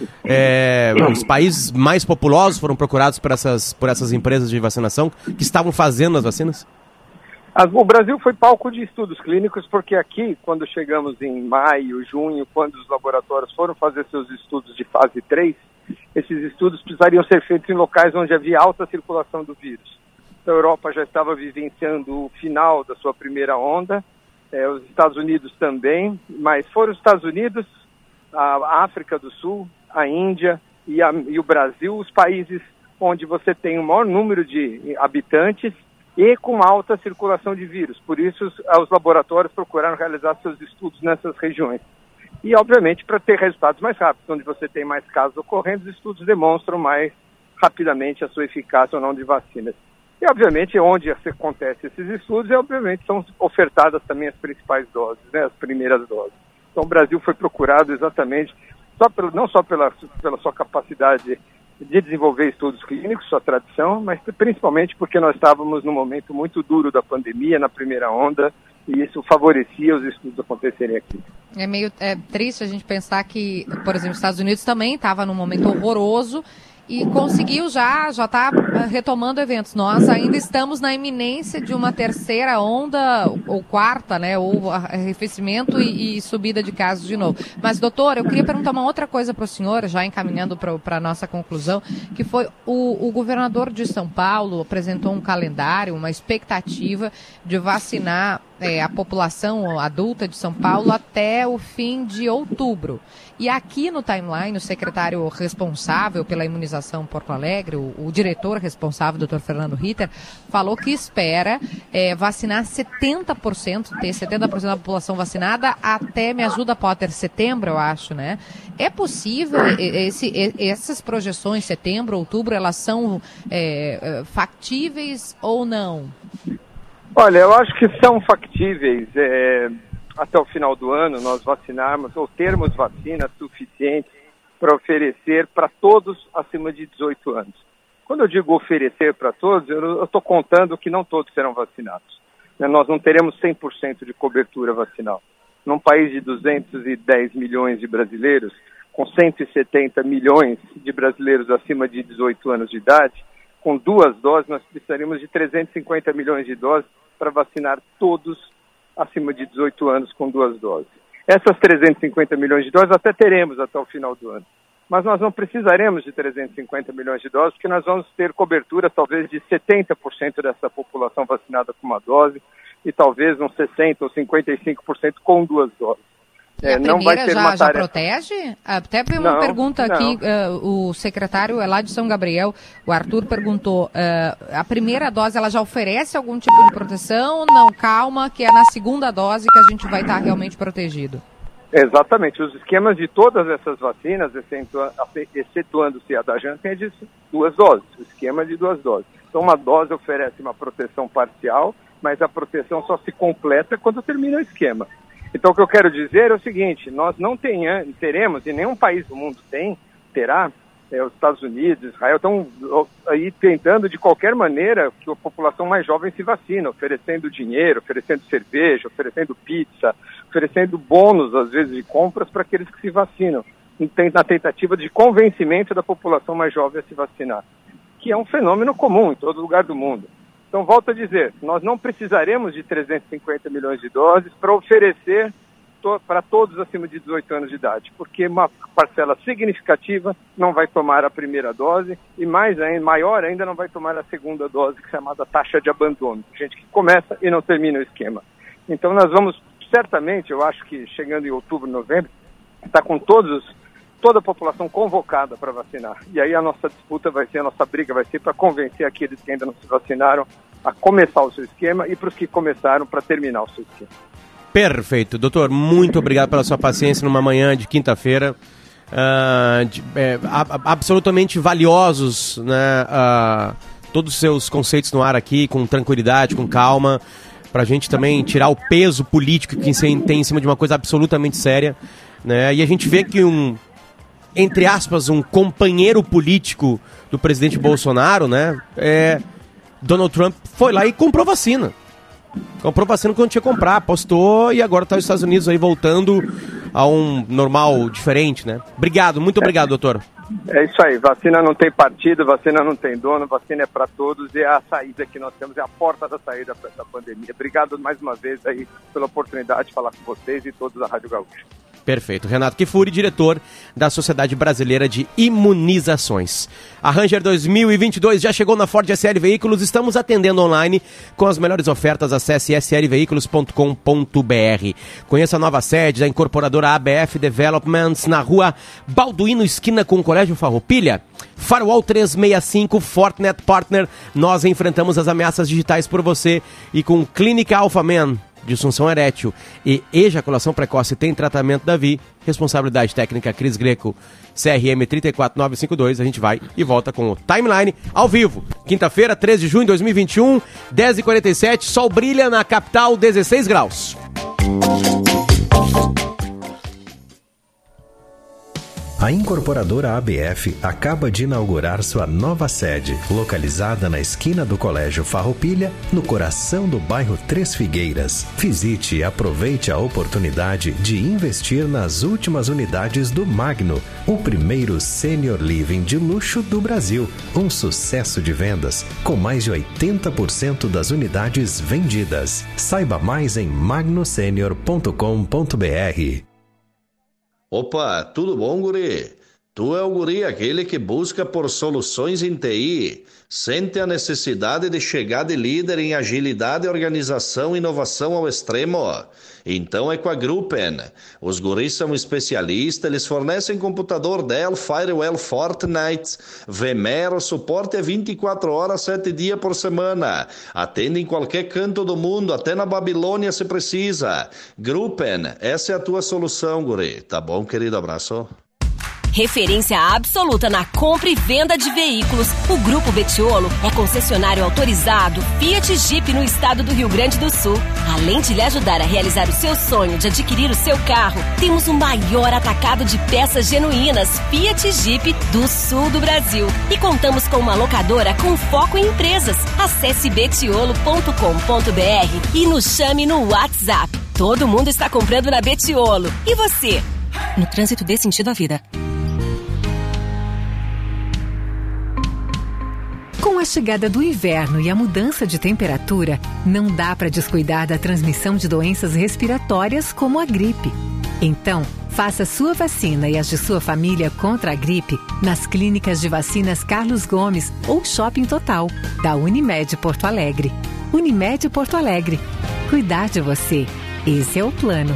os países mais populosos foram procurados por essas empresas de vacinação que estavam fazendo as vacinas? O Brasil foi palco de estudos clínicos, porque aqui, quando chegamos em maio, junho, quando os laboratórios foram fazer seus estudos de fase 3, esses estudos precisariam ser feitos em locais onde havia alta circulação do vírus. Então, a Europa já estava vivenciando o final da sua primeira onda, os Estados Unidos também, mas foram os Estados Unidos, a África do Sul, a Índia e o Brasil, os países onde você tem o maior número de habitantes e com uma alta circulação de vírus. Por isso, os laboratórios procuraram realizar seus estudos nessas regiões. E, obviamente, para ter resultados mais rápidos, onde você tem mais casos ocorrendo, os estudos demonstram mais rapidamente a sua eficácia ou não de vacinas. E, obviamente, onde acontecem esses estudos, obviamente, são ofertadas também as principais doses, né, as primeiras doses. Então, o Brasil foi procurado exatamente, não só pela sua capacidade de desenvolver estudos clínicos, sua tradição, mas principalmente porque nós estávamos num momento muito duro da pandemia, na primeira onda, e isso favorecia os estudos acontecerem aqui. É meio triste a gente pensar que, por exemplo, os Estados Unidos também estava num momento horroroso e conseguiu já está retomando eventos. Nós ainda estamos na iminência de uma terceira onda, ou quarta, né, ou arrefecimento e subida de casos de novo. Mas, doutor, eu queria perguntar uma outra coisa para o senhor, já encaminhando para a nossa conclusão, que foi o governador de São Paulo apresentou um calendário, uma expectativa de vacinar a população adulta de São Paulo até o fim de outubro. E aqui no Timeline, o secretário responsável pela imunização em Porto Alegre, o diretor responsável, o Dr. Fernando Ritter, falou que espera vacinar 70%, ter 70% da população vacinada até, me ajuda, Potter, setembro, eu acho, né? É possível, essas projeções, setembro, outubro, elas são factíveis ou não? Olha, eu acho que são factíveis. Até o final do ano nós vacinarmos ou termos vacinas suficientes para oferecer para todos acima de 18 anos. Quando eu digo oferecer para todos, eu estou contando que não todos serão vacinados. Nós não teremos 100% de cobertura vacinal. Num país de 210 milhões de brasileiros, com 170 milhões de brasileiros acima de 18 anos de idade, com 2 doses nós precisaríamos de 350 milhões de doses para vacinar todos acima de 18 anos com 2 doses. Essas 350 milhões de doses até teremos até o final do ano. Mas nós não precisaremos de 350 milhões de doses, porque nós vamos ter cobertura talvez de 70% dessa população vacinada com uma dose e talvez uns 60% ou 55% com 2 doses. A primeira já protege? Até uma pergunta aqui, o secretário lá de São Gabriel, o Arthur, perguntou, a primeira dose ela já oferece algum tipo de proteção? Não, calma, que é na segunda dose que a gente vai estar realmente protegido. Exatamente, os esquemas de todas essas vacinas, excetuando-se a da Janssen, é de 2 doses, o esquema é de 2 doses. Então uma dose oferece uma proteção parcial, mas a proteção só se completa quando termina o esquema. Então, o que eu quero dizer é o seguinte, nós não teremos, e nenhum país do mundo terá, os Estados Unidos, Israel, estão aí tentando de qualquer maneira que a população mais jovem se vacine, oferecendo dinheiro, oferecendo cerveja, oferecendo pizza, oferecendo bônus, às vezes, de compras para aqueles que se vacinam, na tentativa de convencimento da população mais jovem a se vacinar, que é um fenômeno comum em todo lugar do mundo. Então, volto a dizer, nós não precisaremos de 350 milhões de doses para oferecer para todos acima de 18 anos de idade, porque uma parcela significativa não vai tomar a primeira dose e maior ainda não vai tomar a segunda dose, que é chamada taxa de abandono, gente que começa e não termina o esquema. Então, nós vamos, certamente, eu acho que chegando em outubro, novembro, estar com toda a população convocada para vacinar. E aí a nossa briga vai ser para convencer aqueles que ainda não se vacinaram a começar o seu esquema e para os que começaram para terminar o seu esquema. Perfeito. Doutor, muito obrigado pela sua paciência numa manhã de quinta-feira. Absolutamente valiosos, né? Todos os seus conceitos no ar aqui, com tranquilidade, com calma, para a gente também tirar o peso político que tem em cima de uma coisa absolutamente séria, né? E a gente vê que entre aspas, um companheiro político do presidente Bolsonaro, né? Donald Trump foi lá e comprou vacina. Comprou vacina quando tinha que comprar, apostou e agora está os Estados Unidos aí voltando a um normal diferente, né? Obrigado, muito obrigado, doutor. É isso aí, vacina não tem partido, vacina não tem dono, vacina é para todos e é a saída que nós temos, é a porta da saída para essa pandemia. Obrigado mais uma vez aí pela oportunidade de falar com vocês e todos da Rádio Gaúcha. Perfeito. Renato Kifuri, diretor da Sociedade Brasileira de Imunizações. A Ranger 2022 já chegou na Ford SL Veículos. Estamos atendendo online com as melhores ofertas. Acesse slveículos.com.br. Conheça a nova sede da incorporadora ABF Developments na rua Balduino, esquina com o Colégio Farroupilha. Firewall 365 Fortinet Partner. Nós enfrentamos as ameaças digitais por você. E com Clínica Alphaman, disfunção erétil e ejaculação precoce tem tratamento Davi, responsabilidade técnica Cris Greco, CRM 34952. A gente vai e volta com o Timeline ao vivo, quinta-feira, 13 de junho de 2021, 10h47, sol brilha na capital, 16 graus. A incorporadora ABF acaba de inaugurar sua nova sede, localizada na esquina do Colégio Farroupilha, no coração do bairro Três Figueiras. Visite e aproveite a oportunidade de investir nas últimas unidades do Magno, o primeiro senior living de luxo do Brasil. Um sucesso de vendas, com mais de 80% das unidades vendidas. Saiba mais em magnosenior.com.br. Opa, tudo bom, guri? Tu é o guri, aquele que busca por soluções em TI, sente a necessidade de chegar de líder em agilidade, organização e inovação ao extremo? Então é com a Gruppen. Os guris são especialistas, eles fornecem computador Dell, Firewall, Fortinet, VMware, suporte é 24 horas, 7 dias por semana. Atende em qualquer canto do mundo, até na Babilônia se precisa. Gruppen, essa é a tua solução, guri. Tá bom, querido? Abraço. Referência absoluta na compra e venda de veículos, o Grupo Betiolo é concessionário autorizado Fiat Jeep no estado do Rio Grande do Sul. Além de lhe ajudar a realizar o seu sonho de adquirir o seu carro, temos o maior atacado de peças genuínas Fiat Jeep do sul do Brasil. E contamos com uma locadora com foco em empresas. Acesse betiolo.com.br e nos chame no WhatsApp. Todo mundo está comprando na Betiolo. E você? No trânsito dê sentido à vida. Com a chegada do inverno e a mudança de temperatura, não dá para descuidar da transmissão de doenças respiratórias como a gripe. Então, faça sua vacina e as de sua família contra a gripe nas clínicas de vacinas Carlos Gomes ou Shopping Total, da Unimed Porto Alegre. Unimed Porto Alegre. Cuidar de você. Esse é o plano.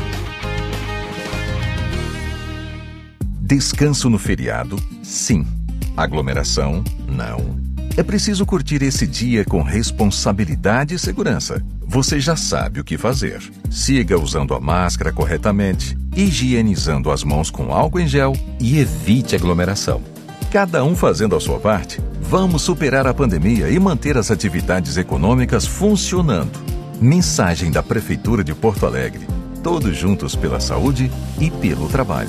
Descanso no feriado? Sim. Aglomeração? Não. É preciso curtir esse dia com responsabilidade e segurança. Você já sabe o que fazer. Siga usando a máscara corretamente, higienizando as mãos com álcool em gel e evite aglomeração. Cada um fazendo a sua parte, vamos superar a pandemia e manter as atividades econômicas funcionando. Mensagem da Prefeitura de Porto Alegre. Todos juntos pela saúde e pelo trabalho.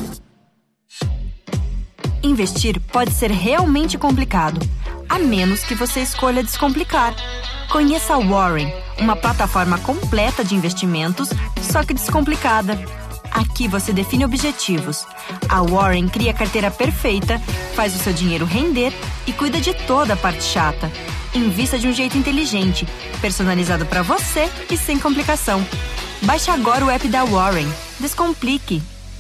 Investir pode ser realmente complicado, a menos que você escolha descomplicar. Conheça a Warren, uma plataforma completa de investimentos, só que descomplicada. Aqui você define objetivos. A Warren cria a carteira perfeita, faz o seu dinheiro render e cuida de toda a parte chata. Invista de um jeito inteligente, personalizado para você e sem complicação. Baixe agora o app da Warren. Descomplique.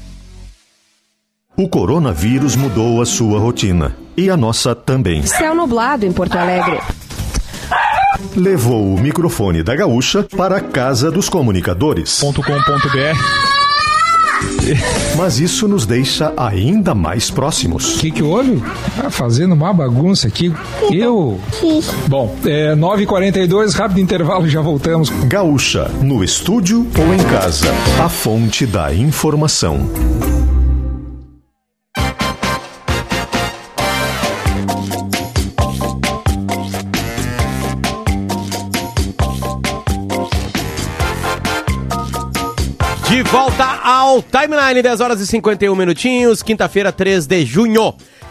O coronavírus mudou a sua rotina. E a nossa também. Céu nublado em Porto Alegre. Levou o microfone da Gaúcha para a Casa dos Comunicadores. .com.br. Mas isso nos deixa ainda mais próximos. O que houve? Fazendo uma bagunça aqui. Bom, 9h42, rápido intervalo, já voltamos. Gaúcha, no estúdio ou em casa, a fonte da informação. De volta ao Timeline, 10 horas e 51 minutinhos, quinta-feira, 3 de junho,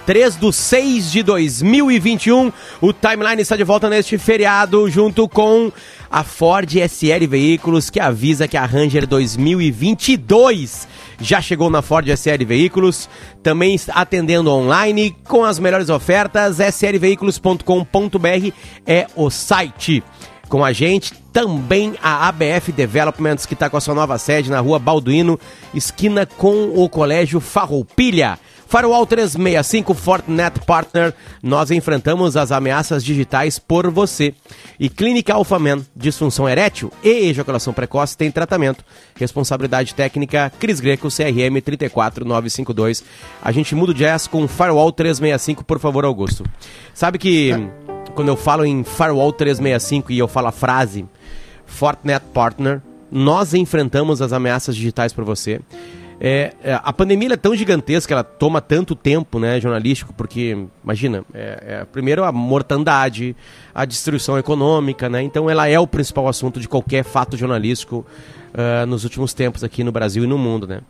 3/6/2021. O Timeline está de volta neste feriado, junto com a Ford SL Veículos, que avisa que a Ranger 2022 já chegou na Ford SL Veículos, também atendendo online com as melhores ofertas. slveículos.com.br é o site. com a gente. Também a ABF Developments, que está com a sua nova sede na Rua Balduino, esquina com o Colégio Farroupilha. Firewall 365 Fortinet Partner, nós enfrentamos as ameaças digitais por você. E Clínica Alphaman, disfunção erétil e ejaculação precoce tem tratamento. Responsabilidade técnica, Cris Greco, CRM 34952. A gente muda o jazz com Firewall 365, por favor, Augusto. Sabe que quando eu falo em Firewall 365 e eu falo a frase Fortinet Partner, nós enfrentamos as ameaças digitais por você. A pandemia é tão gigantesca, ela toma tanto tempo, né, jornalístico, porque, imagina, primeiro a mortandade, a destruição econômica, né, então ela é o principal assunto de qualquer fato jornalístico nos últimos tempos aqui no Brasil e no mundo, né.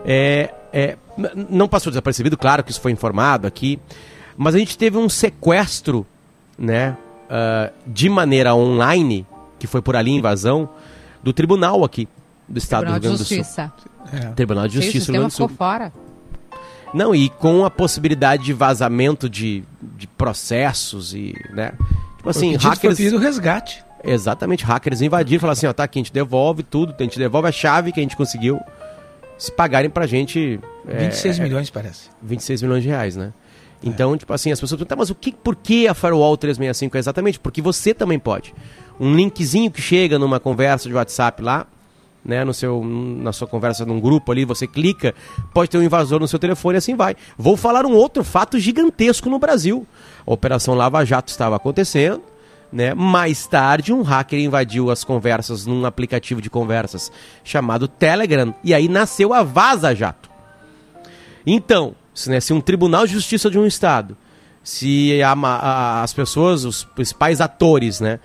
Não passou desapercebido, claro que isso foi informado aqui, mas a gente teve um sequestro, né, de maneira online, que foi por ali invasão, do tribunal aqui do estado do Rio Grande do Sul. Tribunal de Justiça do Rio Grande do Sul. Ficou fora. Não, e com a possibilidade de vazamento de processos e, né? Tipo assim, hackers... Foi pedido resgate. Exatamente, hackers invadiram, falaram assim, ó, tá aqui, a gente devolve tudo, a gente devolve a chave que a gente conseguiu, se pagarem pra gente... 26 milhões, parece. 26 milhões de reais, né? Então, tipo assim, as pessoas perguntam, mas por que a Firewall 365? Exatamente, porque você também pode. Um linkzinho que chega numa conversa de WhatsApp lá, né, na sua conversa num grupo ali, você clica, pode ter um invasor no seu telefone e assim vai. Vou falar um outro fato gigantesco no Brasil. A Operação Lava Jato estava acontecendo, né? Mais tarde um hacker invadiu as conversas num aplicativo de conversas chamado Telegram e aí nasceu a Vaza Jato. Então, se um tribunal de justiça de um estado, se as pessoas, os principais atores, né,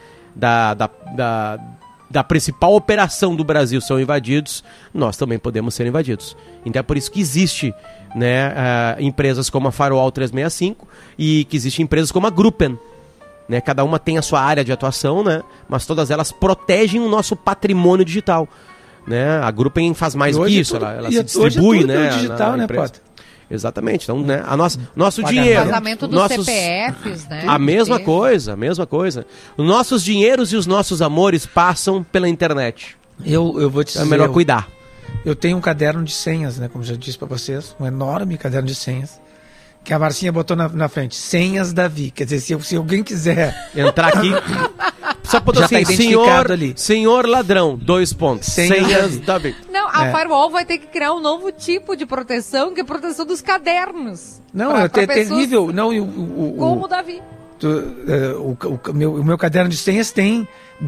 da principal operação do Brasil são invadidos, nós também podemos ser invadidos. Então é por isso que existe, né, empresas como a Firewall 365 e que existem empresas como a Gruppen, né, cada uma tem a sua área de atuação, né, mas todas elas protegem o nosso patrimônio digital, né? A Gruppen faz mais do que isso, ela se distribui, né, digital, né, Potter? Exatamente, então, né, nosso dinheiro, vazamento dos CPFs, né? A mesma coisa. Os nossos dinheiros e os nossos amores passam pela internet. Eu vou te dizer, é melhor cuidar. Eu tenho um caderno de senhas, né, como já disse para vocês, um enorme caderno de senhas, que a Marcinha botou na frente, senhas Davi. Quer dizer, se alguém quiser entrar aqui, só pode já tá identificado ali. Senhor ladrão, 2 pontos. Senhas Davi. Não, a Firewall vai ter que criar um novo tipo de proteção, que é a proteção dos cadernos. Não, é terrível. Não, como o Davi. O meu caderno de senhas tem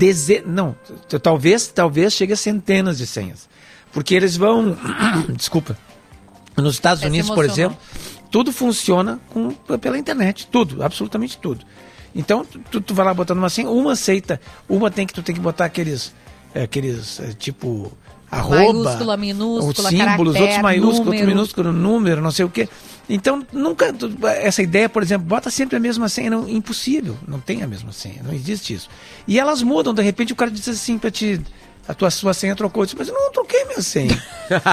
talvez chegue a centenas de senhas. Porque eles vão... Desculpa. Nos Estados Unidos, por exemplo, tudo funciona pela internet. Tudo, absolutamente tudo. Então, tu vai lá botando uma senha, uma aceita, tu tem que botar aqueles tipo... Maiúscula, minúscula, os símbolos, caractere, outros maiúsculos, número. outro minúsculo, número, não sei o quê. Então, nunca, essa ideia, por exemplo, bota sempre a mesma senha, impossível, não tem a mesma senha, não existe isso. E elas mudam, de repente o cara diz assim pra ti, sua senha trocou, eu disse, mas eu não troquei minha senha.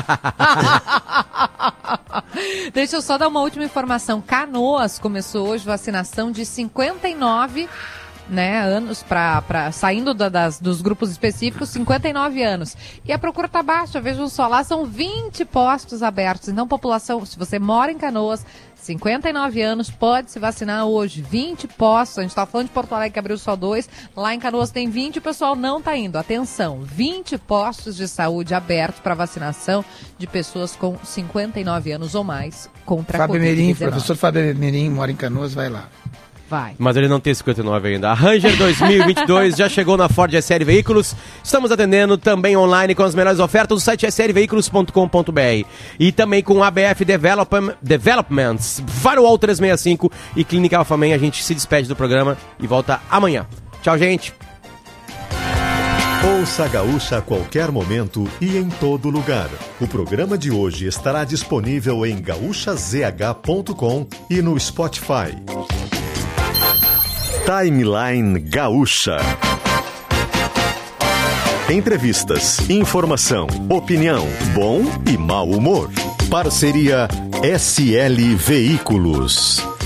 Deixa eu só dar uma última informação. Canoas começou hoje vacinação de 59 anos, saindo dos grupos específicos, 59 anos. E a procura está baixa, vejam só, lá são 20 postos abertos. Então, população, se você mora em Canoas, 59 anos, pode se vacinar hoje. 20 postos, a gente está falando de Porto Alegre que abriu só 2, lá em Canoas tem 20 e o pessoal não está indo. Atenção, 20 postos de saúde abertos para vacinação de pessoas com 59 anos ou mais contra a Covid-19. Professor Fábio Merim mora em Canoas, vai lá. Vai. Mas ele não tem 59 ainda. A Ranger 2022 já chegou na Ford SL Veículos. Estamos atendendo também online com as melhores ofertas do site slveículos.com.br. E também com ABF Developments, Firewall 365 e Clínica Alphaman. A gente se despede do programa e volta amanhã. Tchau, gente. Ouça a Gaúcha a qualquer momento e em todo lugar. O programa de hoje estará disponível em gaúchazh.com e no Spotify. Timeline Gaúcha. Entrevistas, informação, opinião, bom e mau humor. Parceria SL Veículos.